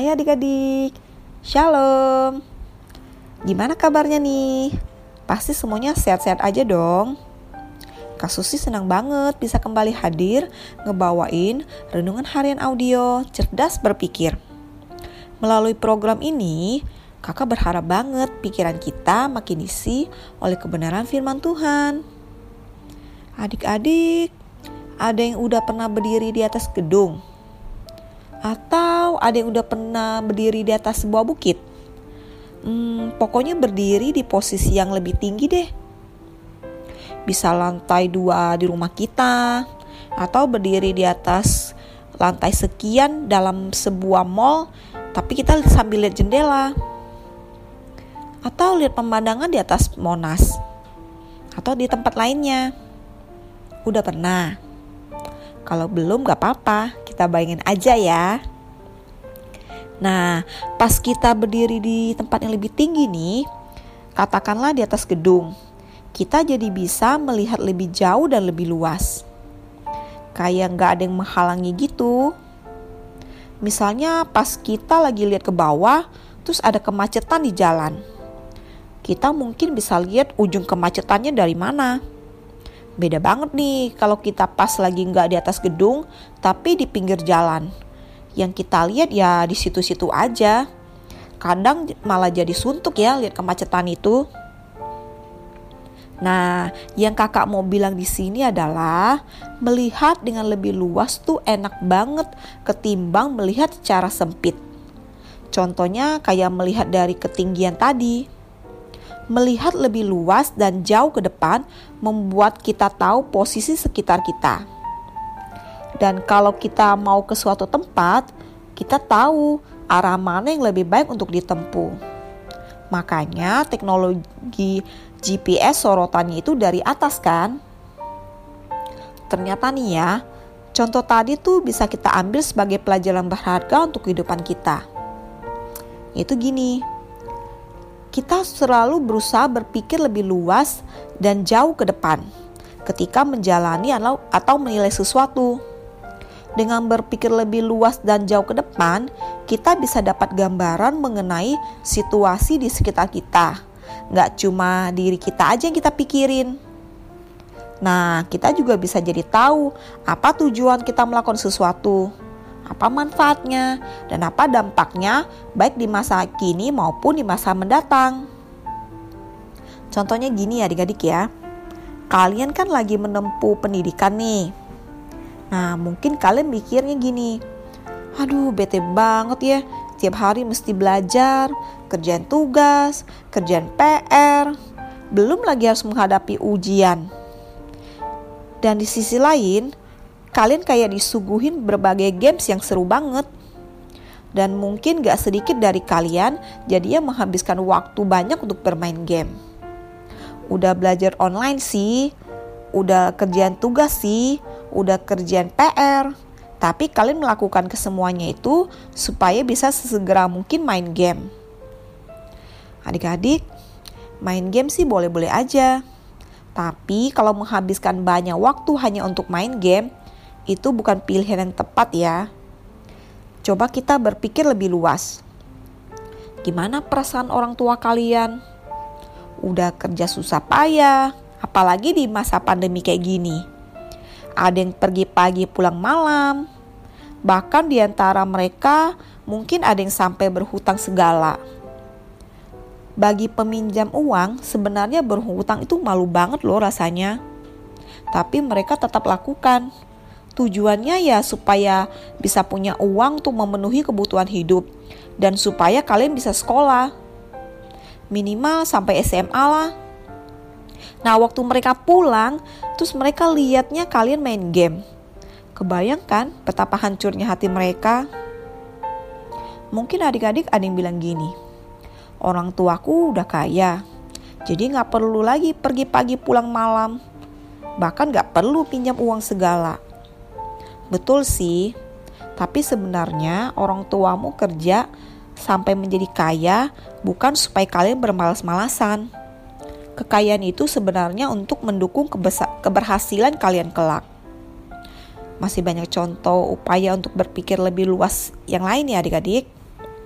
Hai adik-adik, Shalom. Gimana kabarnya nih? Pasti semuanya sehat-sehat aja dong. Kak Susi senang banget bisa kembali hadir ngebawain renungan harian audio cerdas berpikir. Melalui program ini, kakak berharap banget pikiran kita makin diisi oleh kebenaran firman Tuhan. Adik-adik, ada yang udah pernah berdiri di atas gedung? Atau ada yang udah pernah berdiri di atas sebuah bukit? Pokoknya berdiri di posisi yang lebih tinggi deh. Bisa lantai 2 di rumah kita, atau berdiri di atas lantai sekian dalam sebuah mall, tapi kita sambil lihat jendela. Atau lihat pemandangan di atas Monas, atau di tempat lainnya. Udah pernah? Kalau belum gak apa-apa, kita bayangin aja ya. Nah, pas kita berdiri di tempat yang lebih tinggi nih, katakanlah di atas gedung, kita jadi bisa melihat lebih jauh dan lebih luas. Kayak gak ada yang menghalangi gitu. Misalnya pas kita lagi lihat ke bawah, terus ada kemacetan di jalan. Kita mungkin bisa lihat ujung kemacetannya dari mana. Beda banget nih kalau kita pas lagi nggak di atas gedung, tapi di pinggir jalan. Yang kita lihat ya di situ-situ aja. Kadang malah jadi suntuk ya lihat kemacetan itu. Nah, yang kakak mau bilang di sini adalah melihat dengan lebih luas tuh enak banget ketimbang melihat secara sempit. Contohnya kayak melihat dari ketinggian tadi. Melihat lebih luas dan jauh ke depan membuat kita tahu posisi sekitar kita. Dan kalau kita mau ke suatu tempat, kita tahu arah mana yang lebih baik untuk ditempuh. Makanya teknologi GPS sorotannya itu dari atas kan. Ternyata nih ya, contoh tadi tuh bisa kita ambil sebagai pelajaran berharga untuk kehidupan kita. Itu gini. Kita selalu berusaha berpikir lebih luas dan jauh ke depan ketika menjalani atau menilai sesuatu. Dengan berpikir lebih luas dan jauh ke depan, kita bisa dapat gambaran mengenai situasi di sekitar kita. Nggak cuma diri kita aja yang kita pikirin. Nah, kita juga bisa jadi tahu apa tujuan kita melakukan sesuatu. Apa manfaatnya, dan apa dampaknya baik di masa kini maupun di masa mendatang. Contohnya gini adik-adik ya, kalian kan lagi menempuh pendidikan nih. Nah mungkin kalian mikirnya gini, aduh bete banget ya, tiap hari mesti belajar, kerjaan tugas, kerjaan PR, belum lagi harus menghadapi ujian. Dan di sisi lain, kalian kayak disuguhin berbagai games yang seru banget. Dan mungkin gak sedikit dari kalian jadinya menghabiskan waktu banyak untuk bermain game. Udah belajar online sih, udah kerjaan tugas sih, udah kerjaan PR. Tapi kalian melakukan kesemuanya itu supaya bisa sesegera mungkin main game. Adik-adik, main game sih boleh-boleh aja. Tapi kalau menghabiskan banyak waktu hanya untuk main game, itu bukan pilihan yang tepat ya. Coba kita berpikir lebih luas. Gimana perasaan orang tua kalian? Udah kerja susah payah, apalagi di masa pandemi kayak gini. Ada yang pergi pagi pulang malam. Bahkan di antara mereka mungkin ada yang sampai berhutang segala. Bagi peminjam uang, sebenarnya berhutang itu malu banget loh rasanya. Tapi mereka tetap lakukan. Tujuannya ya supaya bisa punya uang untuk memenuhi kebutuhan hidup dan supaya kalian bisa sekolah. Minimal sampai SMA lah. Nah waktu mereka pulang, terus mereka lihatnya kalian main game. Kebayangkan betapa hancurnya hati mereka? Mungkin adik-adik ada yang bilang gini, orang tuaku udah kaya, jadi gak perlu lagi pergi pagi pulang malam. Bahkan gak perlu pinjam uang segala. Betul sih, tapi sebenarnya orang tuamu kerja sampai menjadi kaya bukan supaya kalian bermalas-malasan. Kekayaan itu sebenarnya untuk mendukung keberhasilan kalian kelak. Masih banyak contoh upaya untuk berpikir lebih luas yang lain ya adik-adik.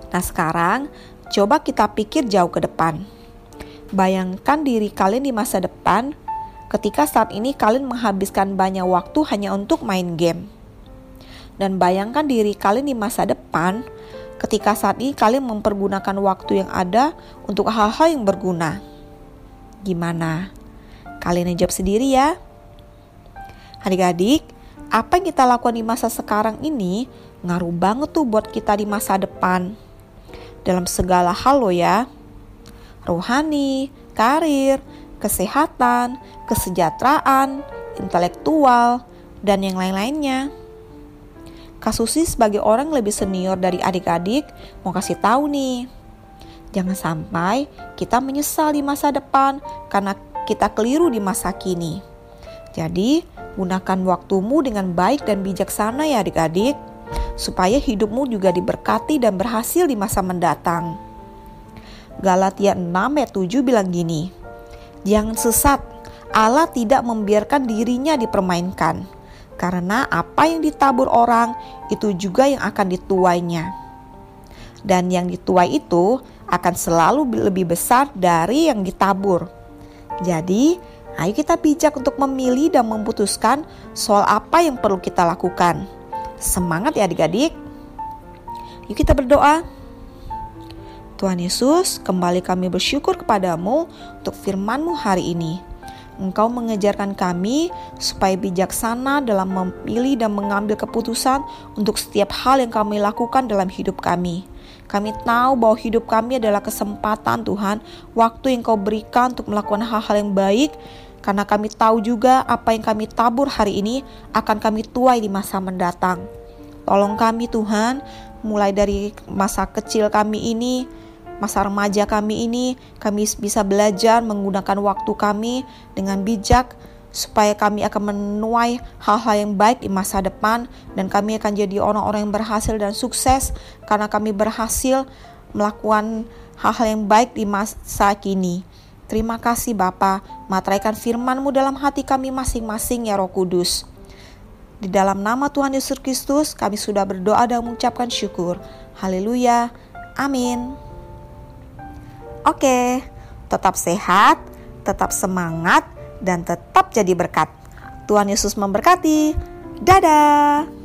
Nah sekarang, coba kita pikir jauh ke depan. Bayangkan diri kalian di masa depan ketika saat ini kalian menghabiskan banyak waktu hanya untuk main game. Dan bayangkan diri kalian di masa depan ketika saat ini kalian mempergunakan waktu yang ada untuk hal-hal yang berguna. Gimana? Kalian jawab sendiri ya. Adik-adik, apa yang kita lakukan di masa sekarang ini ngaruh banget tuh buat kita di masa depan. Dalam segala hal loh ya. Rohani, karir, kesehatan, kesejahteraan, intelektual, dan yang lain-lainnya. Kak Susi sebagai orang lebih senior dari adik-adik mau kasih tahu nih. Jangan sampai kita menyesal di masa depan karena kita keliru di masa kini. Jadi, gunakan waktumu dengan baik dan bijaksana ya adik-adik, supaya hidupmu juga diberkati dan berhasil di masa mendatang. Galatia 6 ayat 7 bilang gini, jangan sesat, Allah tidak membiarkan dirinya dipermainkan, karena apa yang ditabur orang itu juga yang akan dituainya. Dan yang dituai itu akan selalu lebih besar dari yang ditabur. Jadi, ayo kita bijak untuk memilih dan memutuskan soal apa yang perlu kita lakukan. Semangat ya adik-adik. Yuk kita berdoa. Tuhan Yesus, kembali kami bersyukur kepadamu untuk firman-Mu hari ini. Engkau mengajarkan kami supaya bijaksana dalam memilih dan mengambil keputusan untuk setiap hal yang kami lakukan dalam hidup kami. Kami tahu bahwa hidup kami adalah kesempatan Tuhan, waktu yang Kau berikan untuk melakukan hal-hal yang baik, karena kami tahu juga apa yang kami tabur hari ini akan kami tuai di masa mendatang. Tolong kami Tuhan, mulai dari masa kecil kami ini, masa remaja kami ini, kami bisa belajar menggunakan waktu kami dengan bijak, supaya kami akan menuai hal-hal yang baik di masa depan, dan kami akan jadi orang-orang yang berhasil dan sukses karena kami berhasil melakukan hal-hal yang baik di masa kini. Terima kasih Bapa, materaikan firman-Mu dalam hati kami masing-masing ya Roh Kudus. Di dalam nama Tuhan Yesus Kristus kami sudah berdoa dan mengucapkan syukur. Haleluya, amin. Oke, tetap sehat, tetap semangat, dan tetap jadi berkat. Tuhan Yesus memberkati. Dadah.